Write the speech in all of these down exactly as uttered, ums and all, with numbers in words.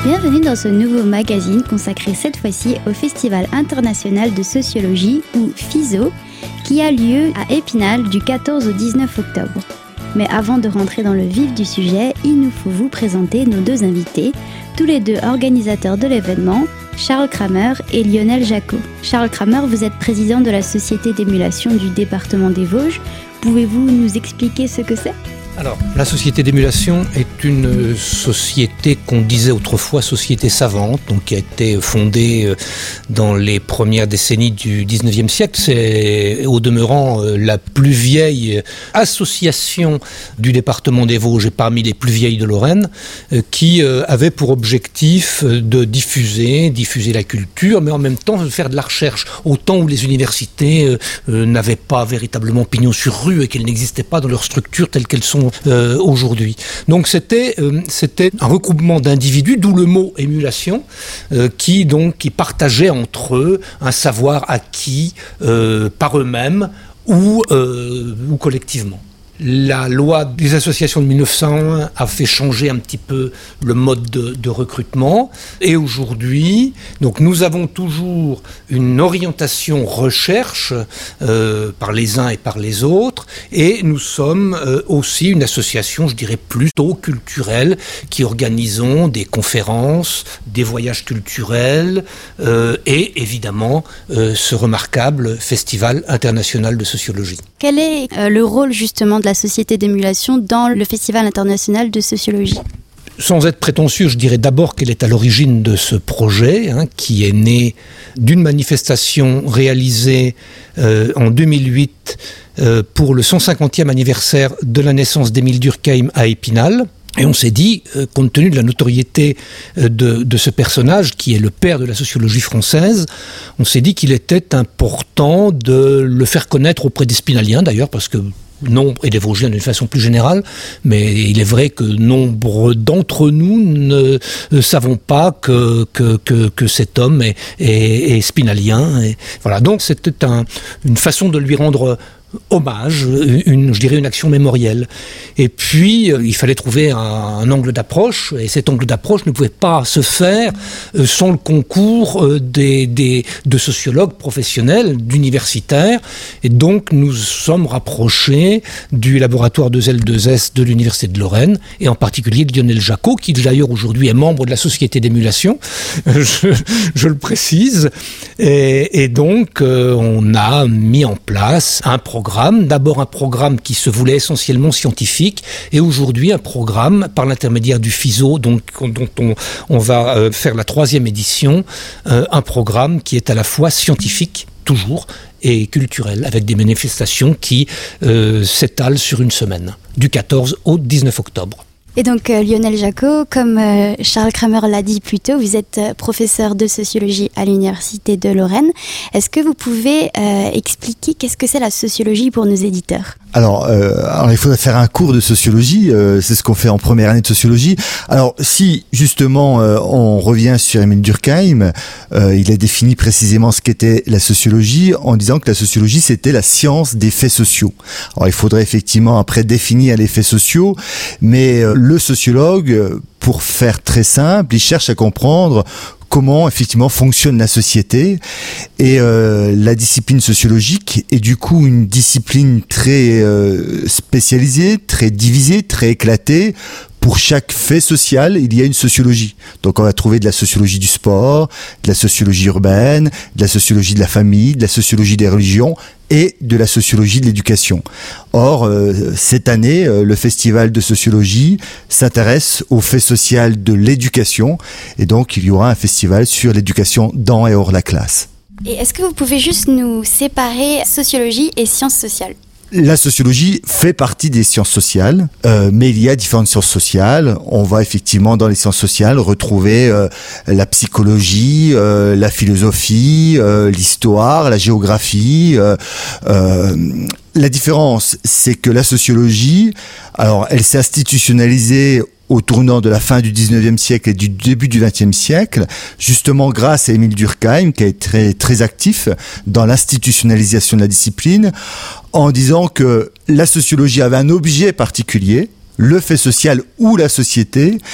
Bienvenue dans ce nouveau magazine consacré cette fois-ci au Festival international de sociologie, ou FISO, qui a lieu à Épinal du quatorze au dix-neuf octobre. Mais avant de rentrer dans le vif du sujet, il nous faut vous présenter nos deux invités, tous les deux organisateurs de l'événement, Charles Kramer et Lionel Jacot. Charles Kramer, vous êtes président de la Société d'émulation du département des Vosges. Pouvez-vous nous expliquer ce que c'est ? Alors, la Société d'émulation est une société qu'on disait autrefois société savante, donc qui a été fondée dans les premières décennies du dix-neuvième siècle. C'est au demeurant la plus vieille association du département des Vosges et parmi les plus vieilles de Lorraine, qui avait pour objectif de diffuser, diffuser la culture, mais en même temps de faire de la recherche, au temps où les universités n'avaient pas véritablement pignon sur rue et qu'elles n'existaient pas dans leur structure telles qu'elles sont Euh, aujourd'hui. Donc c'était euh, c'était un regroupement d'individus, d'où le mot émulation, euh, qui donc qui partageaient entre eux un savoir acquis euh, par eux-mêmes ou euh, ou collectivement. La loi des associations de mille neuf cent un a fait changer un petit peu le mode de, de recrutement. Et aujourd'hui, donc nous avons toujours une orientation recherche euh, par les uns et par les autres. Et nous sommes euh, aussi une association, je dirais, plutôt culturelle, qui organisons des conférences, des voyages culturels euh, et évidemment euh, ce remarquable Festival international de sociologie. Quel est euh, le rôle justement de la Société d'émulation dans le Festival international de sociologie ? Sans être prétentieux, je dirais d'abord qu'elle est à l'origine de ce projet, hein, qui est né d'une manifestation réalisée euh, en deux mille huit euh, pour le cent cinquantième anniversaire de la naissance d'Émile Durkheim à Épinal. Et on s'est dit, euh, compte tenu de la notoriété euh, de, de ce personnage, qui est le père de la sociologie française, on s'est dit qu'il était important de le faire connaître auprès des Spinaliens, d'ailleurs, parce que nombre, et des Vosgiens d'une façon plus générale, mais il est vrai que nombre d'entre nous ne, ne savons pas que, que, que, que cet homme est, est, est spinalien. Et voilà. Donc c'était un, une façon de lui rendre hommage, une, je dirais une action mémorielle. Et puis, euh, il fallait trouver un, un angle d'approche, et cet angle d'approche ne pouvait pas se faire euh, sans le concours euh, des, des, de sociologues professionnels, d'universitaires, et donc nous sommes rapprochés du laboratoire de L deux S de l'Université de Lorraine, et en particulier de Lionel Jacot, qui d'ailleurs aujourd'hui est membre de la Société d'émulation, je, je le précise, et, et donc euh, on a mis en place un programme Programme. D'abord un programme qui se voulait essentiellement scientifique et aujourd'hui un programme par l'intermédiaire du FISO, donc, dont on, on va euh, faire la troisième édition, euh, un programme qui est à la fois scientifique, toujours, et culturel, avec des manifestations qui euh, s'étalent sur une semaine, du quatorze au dix-neuf octobre. Et donc euh, Lionel Jacot, comme euh, Charles Kramer l'a dit plus tôt, vous êtes euh, professeur de sociologie à l'Université de Lorraine. Est-ce que vous pouvez euh, expliquer qu'est-ce que c'est la sociologie pour nos éditeurs ? Alors, euh, alors, il faudrait faire un cours de sociologie, euh, c'est ce qu'on fait en première année de sociologie. Alors, si justement euh, on revient sur Émile Durkheim, euh, il a défini précisément ce qu'était la sociologie en disant que la sociologie c'était la science des faits sociaux. Alors, il faudrait effectivement après définir les faits sociaux, mais euh, le sociologue, pour faire très simple, il cherche à comprendre comment effectivement fonctionne la société et euh, la discipline sociologique est du coup une discipline très euh, spécialisée, très divisée, très éclatée. Pour chaque fait social, il y a une sociologie. Donc on va trouver de la sociologie du sport, de la sociologie urbaine, de la sociologie de la famille, de la sociologie des religions et de la sociologie de l'éducation. Or, euh, cette année, euh, le festival de sociologie s'intéresse au fait social de l'éducation et donc il y aura un festival sur l'éducation dans et hors la classe. Et est-ce que vous pouvez juste nous séparer sociologie et sciences sociales ? La sociologie fait partie des sciences sociales, euh, mais il y a différentes sciences sociales. On va effectivement dans les sciences sociales retrouver euh, la psychologie, euh, la philosophie, euh, l'histoire, la géographie. Euh, euh, la différence, c'est que la sociologie, alors elle s'est institutionnalisée au tournant de la fin du dix-neuvième siècle et du début du vingtième siècle, justement grâce à Émile Durkheim, qui a été très, très actif dans l'institutionnalisation de la discipline, en disant que la sociologie avait un objet particulier, le fait social ou la société,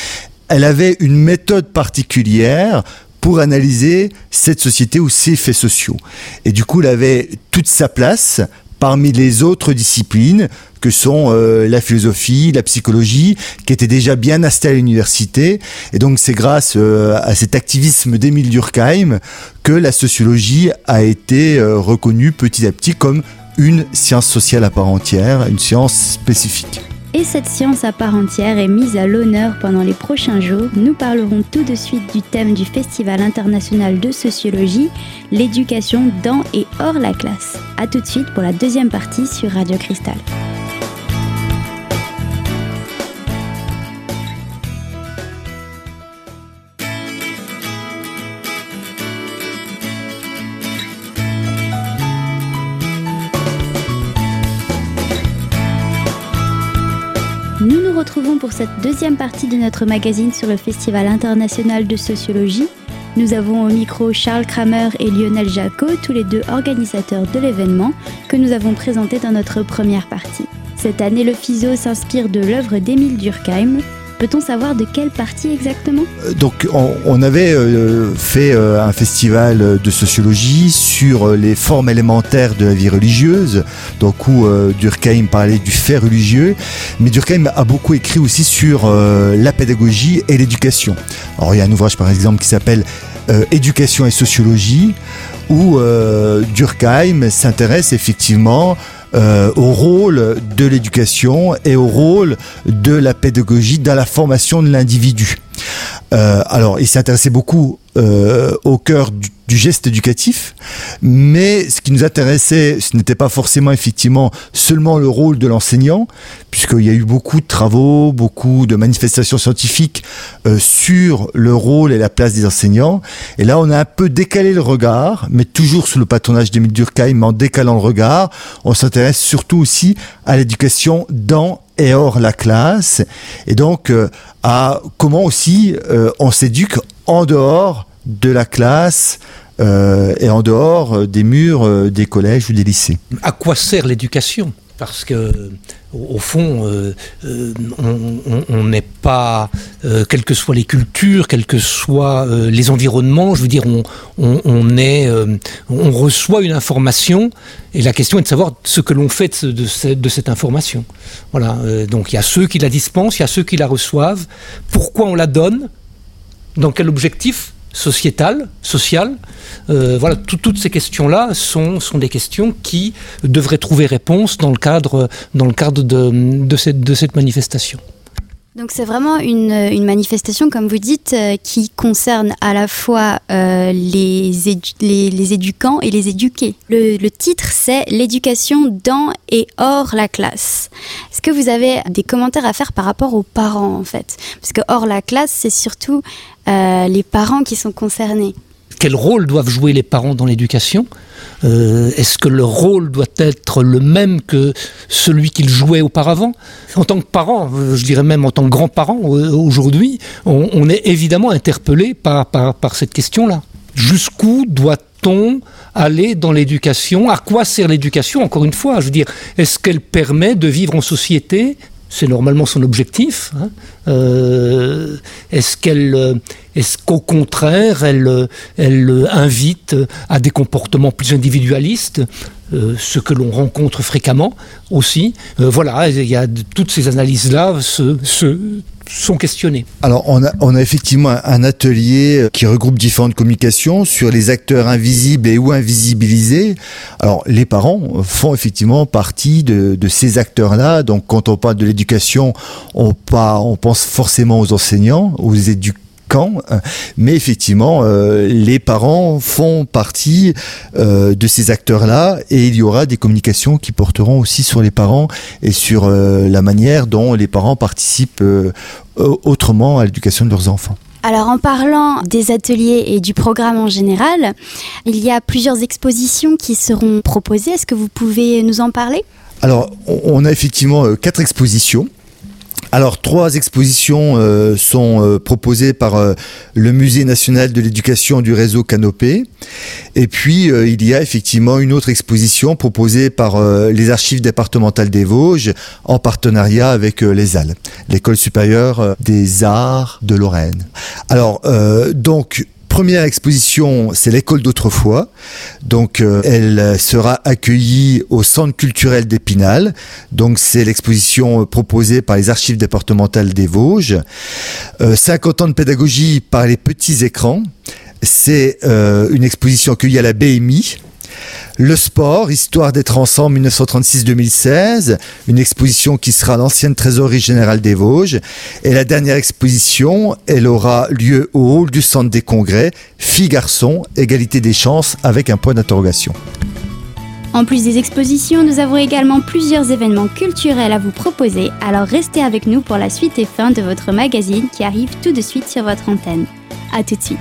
elle avait une méthode particulière pour analyser cette société ou ces faits sociaux. Et du coup, elle avait toute sa place parmi les autres disciplines que sont euh, la philosophie, la psychologie, qui étaient déjà bien installées à l'université. Et donc, c'est grâce euh, à cet activisme d'Émile Durkheim que la sociologie a été euh, reconnue petit à petit comme une science sociale à part entière, une science spécifique. Et cette science à part entière est mise à l'honneur pendant les prochains jours. Nous parlerons tout de suite du thème du Festival international de sociologie, l'éducation dans et hors la classe. A tout de suite pour la deuxième partie sur Radio Cristal. Nous nous retrouvons pour cette deuxième partie de notre magazine sur le Festival international de sociologie. Nous avons au micro Charles Kramer et Lionel Jacot, tous les deux organisateurs de l'événement que nous avons présenté dans notre première partie. Cette année, le FISO s'inspire de l'œuvre d'Émile Durkheim. Peut-on savoir de quelle partie exactement ? Donc, on, on avait euh, fait euh, un festival de sociologie sur euh, les formes élémentaires de la vie religieuse, donc où euh, Durkheim parlait du fait religieux, mais Durkheim a beaucoup écrit aussi sur euh, la pédagogie et l'éducation. Alors, il y a un ouvrage par exemple qui s'appelle euh, Éducation et sociologie, où euh, Durkheim s'intéresse effectivement Euh, au rôle de l'éducation et au rôle de la pédagogie dans la formation de l'individu. Euh, alors, il s'intéressait beaucoup euh, au cœur du, du geste éducatif, mais ce qui nous intéressait, ce n'était pas forcément effectivement seulement le rôle de l'enseignant, puisqu'il y a eu beaucoup de travaux, beaucoup de manifestations scientifiques euh, sur le rôle et la place des enseignants. Et là, on a un peu décalé le regard, mais toujours sous le patronage d'Émile Durkheim, mais en décalant le regard, on s'intéresse surtout aussi à l'éducation dans et hors la classe, et donc euh, à comment aussi euh, on s'éduque en dehors de la classe euh, et en dehors des murs euh, des collèges ou des lycées. À quoi sert l'éducation ? Parce que, au fond, euh, euh, on n'est pas, euh, quelles que soient les cultures, quels que soient euh, les environnements, je veux dire, on, on, on, est, euh, on reçoit une information, et la question est de savoir ce que l'on fait de, de, cette, de cette information. Voilà. Euh, donc, il y a ceux qui la dispensent, il y a ceux qui la reçoivent. Pourquoi on la donne ? Dans quel objectif ? Sociétal, social, euh, voilà, tout, toutes ces questions-là sont, sont des questions qui devraient trouver réponse dans le cadre, dans le cadre de, de, cette, de cette manifestation. Donc c'est vraiment une, une manifestation, comme vous dites, euh, qui concerne à la fois euh, les, édu- les, les éducants et les éduqués. Le, le titre, c'est « L'éducation dans et hors la classe ». Est-ce que vous avez des commentaires à faire par rapport aux parents, en fait ? Parce que hors la classe, c'est surtout euh, les parents qui sont concernés. Quel rôle doivent jouer les parents dans l'éducation ? euh, Est-ce que leur rôle doit être le même que celui qu'ils jouaient auparavant ? En tant que parent, je dirais même en tant que grand-parent, aujourd'hui, on, on est évidemment interpellé par, par, par cette question-là. Jusqu'où doit-on aller dans l'éducation ? À quoi sert l'éducation ? Encore une fois, je veux dire, est-ce qu'elle permet de vivre en société ? C'est normalement son objectif. Hein. Euh, est-ce qu'elle, est-ce qu'au contraire, elle, elle invite à des comportements plus individualistes, euh, ce que l'on rencontre fréquemment aussi. Euh, voilà, il y a toutes ces analyses-là se, se, sont questionnées. Alors, on a, on a effectivement un atelier qui regroupe différentes communications sur les acteurs invisibles et ou invisibilisés. Alors, les parents font effectivement partie de, de ces acteurs-là. Donc, quand on parle de l'éducation, on, pas, on pense forcément aux enseignants, aux éducateurs. Mais effectivement, euh, les parents font partie euh, de ces acteurs-là, et il y aura des communications qui porteront aussi sur les parents et sur euh, la manière dont les parents participent euh, autrement à l'éducation de leurs enfants. Alors en parlant des ateliers et du programme en général, il y a plusieurs expositions qui seront proposées. Est-ce que vous pouvez nous en parler ? Alors, on a effectivement quatre expositions. Alors, trois expositions euh, sont euh, proposées par euh, le Musée national de l'éducation du réseau Canopé. Et puis, euh, il y a effectivement une autre exposition proposée par euh, les archives départementales des Vosges en partenariat avec euh, l'E S A L, l'École supérieure des arts de Lorraine. Alors, euh, donc, première exposition, c'est l'école d'autrefois. Donc, euh, elle sera accueillie au Centre culturel d'Épinal. Donc, c'est l'exposition proposée par les archives départementales des Vosges. Euh, cinquante ans de pédagogie par les petits écrans. C'est euh, une exposition accueillie à la B M I. Le sport, Histoire d'être ensemble dix-neuf cent trente-six à deux mille seize, une exposition qui sera à l'ancienne trésorerie générale des Vosges. Et la dernière exposition, elle aura lieu au hall du centre des congrès, Filles-Garçons, égalité des chances avec un point d'interrogation. En plus des expositions, nous avons également plusieurs événements culturels à vous proposer, alors restez avec nous pour la suite et fin de votre magazine qui arrive tout de suite sur votre antenne. À tout de suite.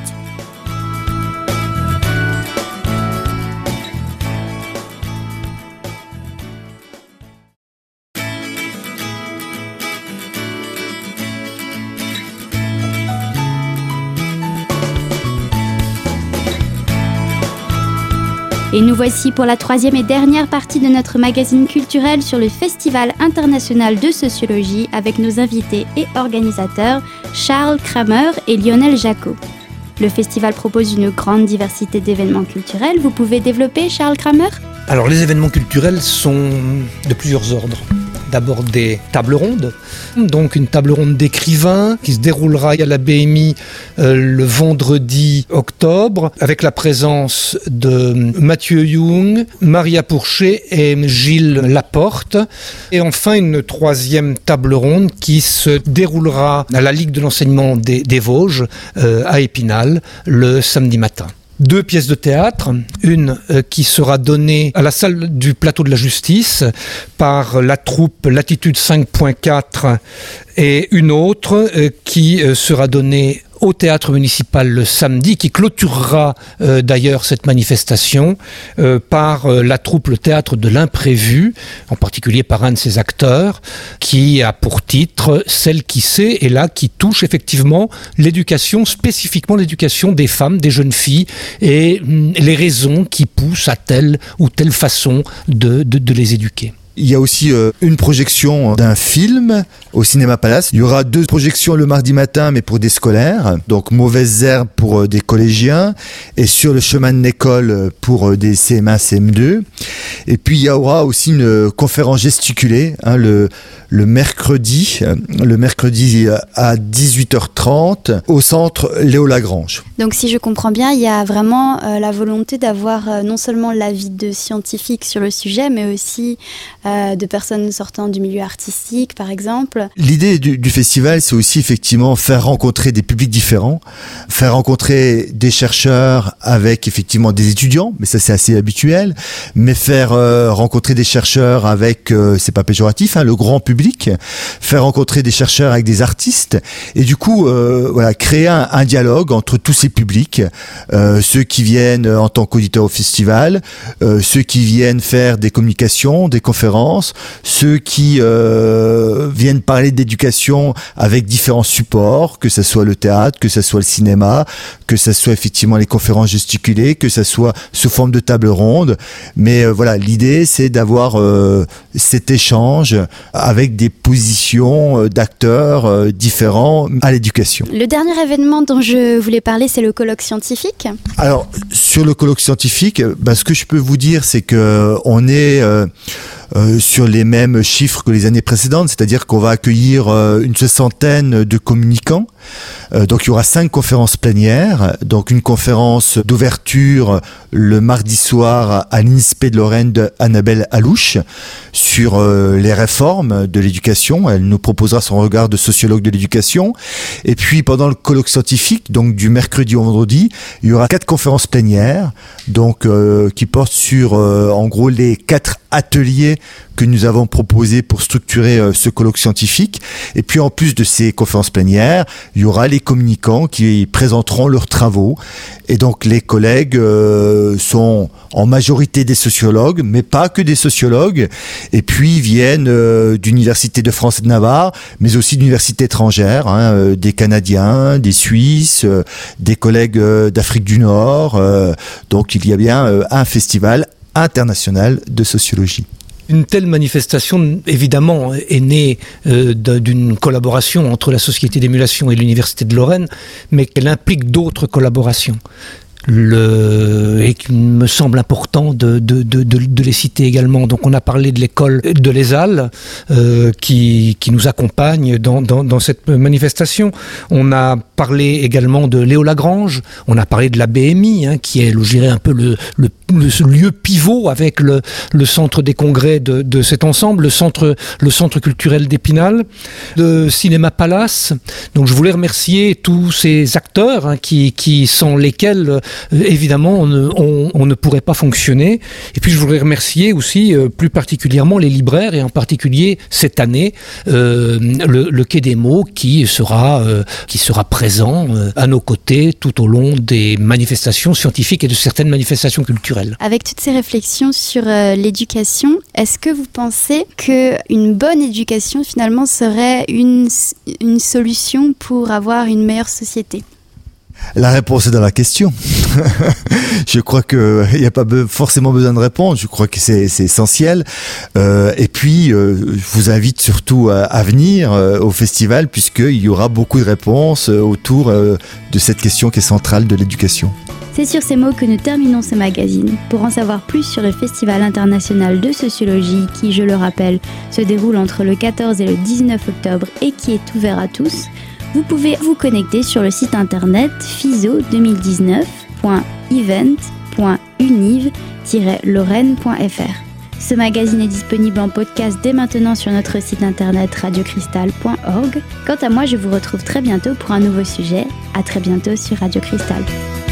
Et nous voici pour la troisième et dernière partie de notre magazine culturel sur le Festival international de sociologie avec nos invités et organisateurs Charles Kramer et Lionel Jacot. Le festival propose une grande diversité d'événements culturels. Vous pouvez développer, Charles Kramer ? Alors, les événements culturels sont de plusieurs ordres. D'abord des tables rondes, donc une table ronde d'écrivains qui se déroulera à la B M I euh, le vendredi octobre avec la présence de Mathieu Young, Maria Pourchet et Gilles Laporte. Et enfin une troisième table ronde qui se déroulera à la Ligue de l'enseignement des, des Vosges euh, à Épinal le samedi matin. Deux pièces de théâtre, une euh, qui sera donnée à la salle du plateau de la justice par la troupe Latitude cinq point quatre et une autre euh, qui euh, sera donnée au théâtre municipal le samedi, qui clôturera euh, d'ailleurs cette manifestation euh, par euh, la troupe Le Théâtre de l'Imprévu, en particulier par un de ses acteurs, qui a pour titre « Celle qui sait », et là qui touche effectivement l'éducation, spécifiquement l'éducation des femmes, des jeunes filles, et hum, les raisons qui poussent à telle ou telle façon de, de, de les éduquer. Il y a aussi euh, une projection d'un film au Cinéma Palace. Il y aura deux projections le mardi matin, mais pour des scolaires. Donc, Mauvaises herbes pour euh, des collégiens et Sur le chemin de l'école pour euh, des C M un, C M deux. Et puis, il y aura aussi une euh, conférence gesticulée hein, le, le mercredi, euh, le mercredi à dix-huit heures trente au centre Léo Lagrange. Donc, si je comprends bien, il y a vraiment euh, la volonté d'avoir euh, non seulement l'avis de scientifiques sur le sujet, mais aussi Euh, de personnes sortant du milieu artistique, par exemple. L'idée du, du festival, c'est aussi effectivement faire rencontrer des publics différents, faire rencontrer des chercheurs avec effectivement des étudiants, mais ça c'est assez habituel, mais faire euh, rencontrer des chercheurs avec, euh, c'est pas péjoratif, hein, le grand public, faire rencontrer des chercheurs avec des artistes, et du coup, euh, voilà, créer un, un dialogue entre tous ces publics, euh, ceux qui viennent en tant qu'auditeurs au festival, euh, ceux qui viennent faire des communications, des conférences, ceux qui euh, viennent parler d'éducation avec différents supports, que ce soit le théâtre, que ce soit le cinéma, que ce soit effectivement les conférences gesticulées, que ce soit sous forme de table ronde. Mais euh, voilà, l'idée c'est d'avoir euh, cet échange avec des positions euh, d'acteurs euh, différents à l'éducation. Le dernier événement dont je voulais parler, c'est le colloque scientifique. Alors, sur le colloque scientifique, bah, ce que je peux vous dire, c'est que on est euh, Euh, sur les mêmes chiffres que les années précédentes, c'est-à-dire qu'on va accueillir euh, une soixantaine de communicants. Euh, donc il y aura cinq conférences plénières, donc une conférence d'ouverture le mardi soir à l'I N S P de Lorraine d'Annabelle Alouche sur euh, les réformes de l'éducation. Elle nous proposera son regard de sociologue de l'éducation. Et puis pendant le colloque scientifique, donc du mercredi au vendredi, il y aura quatre conférences plénières, donc euh, qui portent sur euh, en gros les quatre ateliers que nous avons proposés pour structurer euh, ce colloque scientifique. Et puis en plus de ces conférences plénières, il y aura les communicants qui présenteront leurs travaux. Et donc les collègues euh, sont en majorité des sociologues, mais pas que des sociologues. Et puis viennent euh, d'universités de France et de Navarre, mais aussi d'universités étrangères, hein, euh, des Canadiens, des Suisses, euh, des collègues euh, d'Afrique du Nord. Euh, donc il y a bien euh, un festival international de sociologie. Une telle manifestation, évidemment, est née euh, d'une collaboration entre la Société d'émulation et l'Université de Lorraine, mais qu'elle implique d'autres collaborations. Le, et qu'il me semble important de, de, de, de, de les citer également. Donc on a parlé de l'école de l'ESAL euh, qui, qui nous accompagne dans, dans, dans cette manifestation. On a parlé également de Léo Lagrange, on a parlé de la B M I, hein, qui est, je dirais, un peu le, le, le lieu pivot avec le, le centre des congrès de, de cet ensemble, le centre, le centre culturel d'Épinal, le Cinéma Palace. Donc je voulais remercier tous ces acteurs, hein, qui, qui sont lesquels évidemment on ne, on, on ne pourrait pas fonctionner. Et puis je voudrais remercier aussi euh, plus particulièrement les libraires, et en particulier cette année euh, le, le Quai des Mots qui sera, euh, qui sera présent euh, à nos côtés tout au long des manifestations scientifiques et de certaines manifestations culturelles. Avec toutes ces réflexions sur euh, l'éducation, est-ce que vous pensez qu'une bonne éducation finalement serait une, une solution pour avoir une meilleure société ? La réponse est dans la question. Je crois qu'il n'y a pas be- forcément besoin de répondre. Je crois que c'est, c'est essentiel. Euh, et puis, euh, je vous invite surtout à, à venir euh, au festival, puisqu'il y aura beaucoup de réponses euh, autour euh, de cette question qui est centrale de l'éducation. C'est sur ces mots que nous terminons ce magazine. Pour en savoir plus sur le Festival international de sociologie qui, je le rappelle, se déroule entre le quatorze et le dix-neuf octobre et qui est ouvert à tous, vous pouvez vous connecter sur le site internet fiso deux mille dix-neuf point event point univ tiret lorraine point f r. Ce magazine est disponible en podcast dès maintenant sur notre site internet radio cristal point org. Quant à moi, je vous retrouve très bientôt pour un nouveau sujet. À très bientôt sur Radio Cristal.